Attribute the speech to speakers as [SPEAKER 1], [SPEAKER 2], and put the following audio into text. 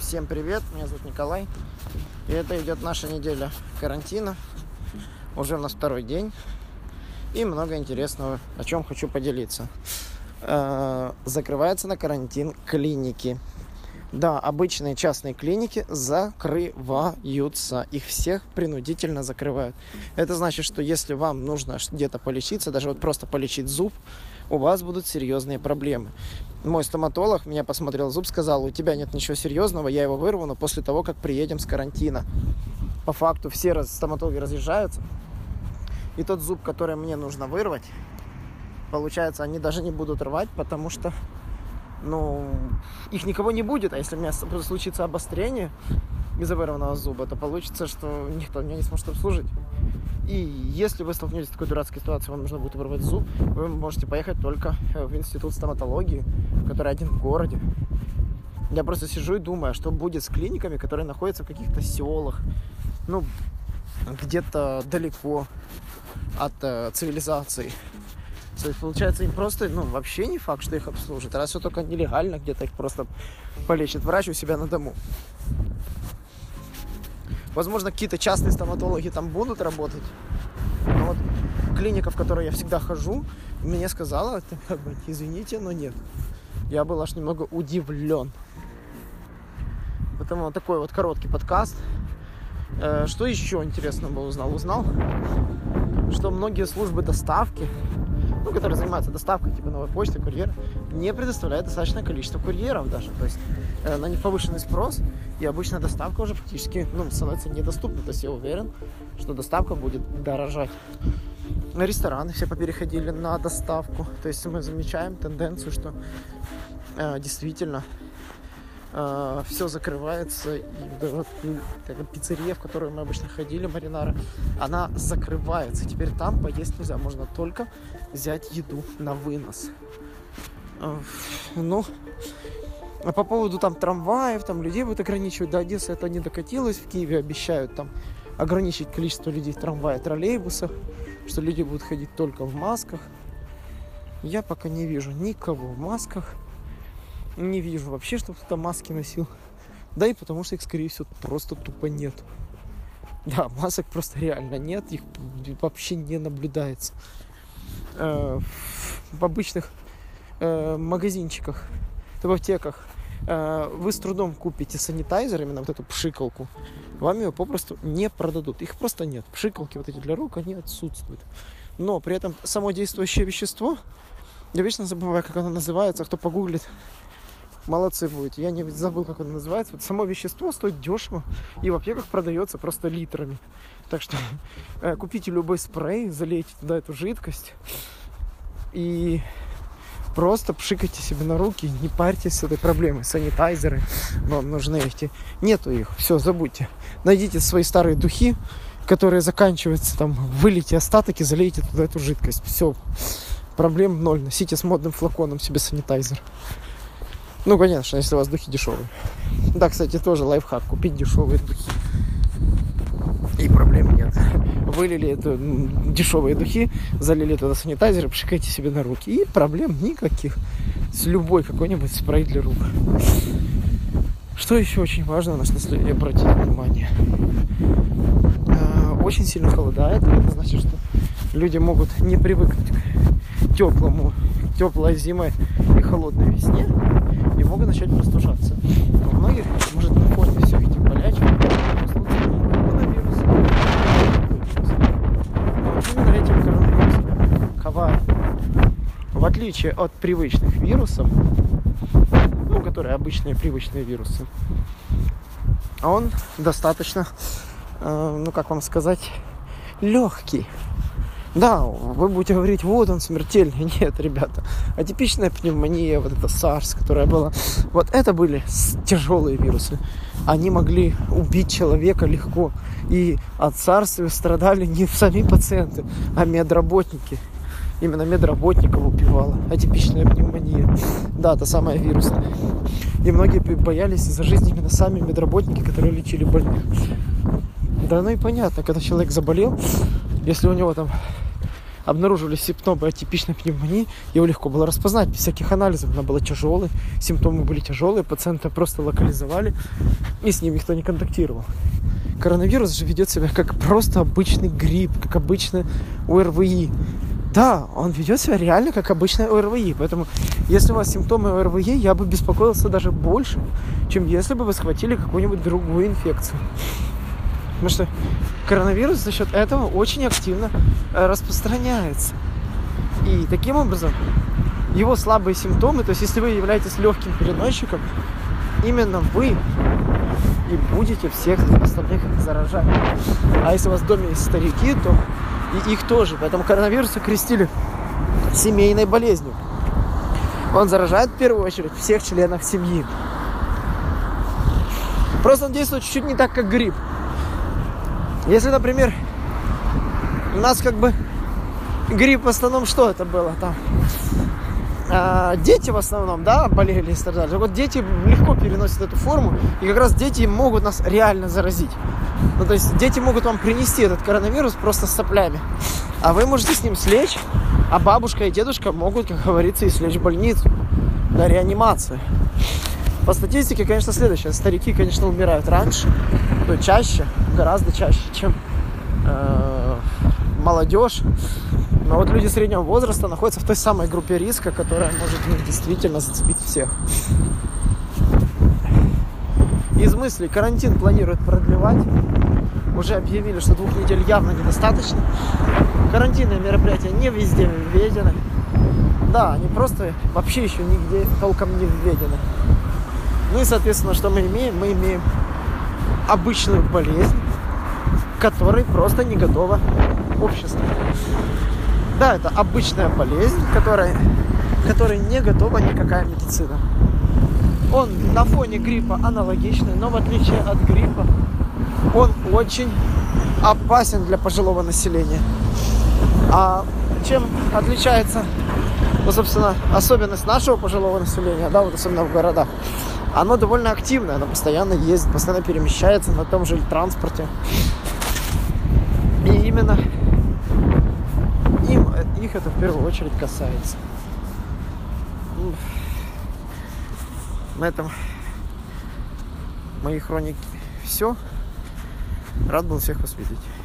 [SPEAKER 1] Всем привет, меня зовут Николай. И это идет наша неделя карантина. Уже у нас второй день. И много интересного, о чем хочу поделиться. Закрываются на карантин клиники. Да, обычные частные клиники закрываются. Их всех принудительно закрывают. Это значит, что если вам нужно где-то полечиться, даже вот просто полечить зуб, у вас будут серьезные проблемы. Мой стоматолог меня посмотрел зуб, сказал: у тебя нет ничего серьезного, я его вырву, но после того, как приедем с карантина. По факту все стоматологи разъезжаются. И тот зуб, который мне нужно вырвать, получается, они даже не будут рвать, потому что их никого не будет. А если у меня случится обострение из-за вырванного зуба, то получится, что никто меня не сможет обслужить. И если вы столкнетесь с такой дурацкой ситуацией, вам нужно будет вырвать зуб, вы можете поехать только в институт стоматологии, который один в городе. Я просто сижу и думаю, что будет с клиниками, которые находятся в каких-то селах, где-то далеко от цивилизации. То есть, получается, им просто, вообще не факт, что их обслужат. Раз все только нелегально, где-то их просто полечит врач у себя на дому. Возможно, какие-то частные стоматологи там будут работать. Но вот клиника, в которой я всегда хожу, мне сказала, извините, но нет. Я был аж немного удивлен. Поэтому такой вот короткий подкаст. Что еще интересного узнал? Узнал, что многие службы доставки, которые занимаются доставкой, типа Новой почты, курьер, не предоставляют достаточное количество курьеров даже. То есть на них повышенный спрос, и обычная доставка уже практически становится недоступна. То есть я уверен, что доставка будет дорожать. Рестораны все попереходили на доставку. То есть мы замечаем тенденцию, что действительно все закрывается. И вот пиццерия, в которую мы обычно ходили, Маринара, она закрывается. Теперь там поесть нельзя, можно только взять еду на вынос. А по поводу трамваев, людей будут ограничивать. До Одессы это не докатилось. В Киеве обещают ограничить количество людей в трамвае, троллейбусах, что люди будут ходить только в масках. Я пока не вижу никого в масках. Не вижу вообще, чтобы кто-то маски носил. Да и потому что их, скорее всего, просто тупо нет. Да, масок просто реально нет. Их вообще не наблюдается. В обычных магазинчиках, в аптеках вы с трудом купите санитайзер, именно вот эту пшикалку. Вам ее попросту не продадут. Их просто нет. Пшикалки вот эти для рук, они отсутствуют. Но при этом само действующее вещество, я вечно забываю, как оно называется. Кто погуглит, молодцы будете. Я не забыл, как оно называется. Вот само вещество стоит дешево и в аптеках продается просто литрами. Так что купите любой спрей, залейте туда эту жидкость и просто пшикайте себе на руки. Не парьтесь с этой проблемой. Санитайзеры вам нужны эти. Нету их. Все, забудьте. Найдите свои старые духи, которые заканчиваются, вылейте остаток и залейте туда эту жидкость. Все. Проблем ноль. Носите с модным флаконом себе санитайзер. Конечно, если у вас духи дешевые. Да, кстати, тоже лайфхак. Купить дешевые духи. И проблем нет. Вылили это дешевые духи, залили туда санитайзер, пшикайте себе на руки. И проблем никаких. С любой какой-нибудь спрей для рук. Что еще очень важно, на что следует обратить внимание. Очень сильно холодает. Это значит, что люди могут не привыкнуть к теплой зиме и холодной весне. И могут начать простужаться. У многих, может, на фоне всех этих болячек коронавирус. Именно этим коронавирус коварен. В отличие от привычных вирусов, которые обычные привычные вирусы, он достаточно, как вам сказать, легкий. Да, вы будете говорить, вот он смертельный. Нет, ребята. Атипичная пневмония, вот эта SARS, которая была. Вот это были тяжелые вирусы. Они могли убить человека легко. И от SARS страдали не сами пациенты, а медработники. Именно медработников убивала атипичная пневмония. Да, это самая вирусная. И многие боялись за жизнь именно сами медработники, которые лечили больных. Да, и понятно, когда человек заболел, если у него обнаруживали симптомы атипичной пневмонии, его легко было распознать без всяких анализов. Она была тяжелой, симптомы были тяжелые, пациента просто локализовали, и с ним никто не контактировал. Коронавирус же ведет себя как просто обычный грипп, как обычный ОРВИ. Да, он ведет себя реально как обычный ОРВИ. Поэтому, если у вас симптомы ОРВИ, я бы беспокоился даже больше, чем если бы вы схватили какую-нибудь другую инфекцию. Потому что коронавирус за счет этого очень активно распространяется. И таким образом его слабые симптомы, то есть если вы являетесь легким переносчиком, именно вы и будете всех остальных заражать. А если у вас в доме есть старики, то и их тоже. Поэтому коронавирус окрестили семейной болезнью. Он заражает в первую очередь всех членов семьи. Просто он действует чуть-чуть не так, как грипп. Если, например, у нас как бы грипп в основном что это было там? Дети в основном, да, болели и страдали. Так вот дети легко переносят эту форму, и как раз дети могут нас реально заразить. Ну, то есть дети могут вам принести этот коронавирус просто с соплями, а вы можете с ним слечь, а бабушка и дедушка могут, как говорится, и слечь в больницу на реанимацию. По статистике, конечно, следующее. Старики, конечно, умирают раньше, но чаще, гораздо чаще, чем молодежь. Но вот люди среднего возраста находятся в той самой группе риска, которая может действительно зацепить всех. Из мыслей карантин планируют продлевать. Уже объявили, что 2 недель явно недостаточно. Карантинные мероприятия не везде введены. Да, они просто вообще еще нигде толком не введены. Ну и, соответственно, что мы имеем? Мы имеем обычную болезнь, к которой просто не готово общество. Да, это обычная болезнь, которой не готова никакая медицина. Он на фоне гриппа аналогичный, но в отличие от гриппа, он очень опасен для пожилого населения. А чем отличается, ну, собственно, особенность нашего пожилого населения, да, вот особенно в городах? Оно довольно активное, оно постоянно ездит, постоянно перемещается на том же транспорте. И именно их это в первую очередь касается. На этом мои хроники все. Рад был всех вас видеть.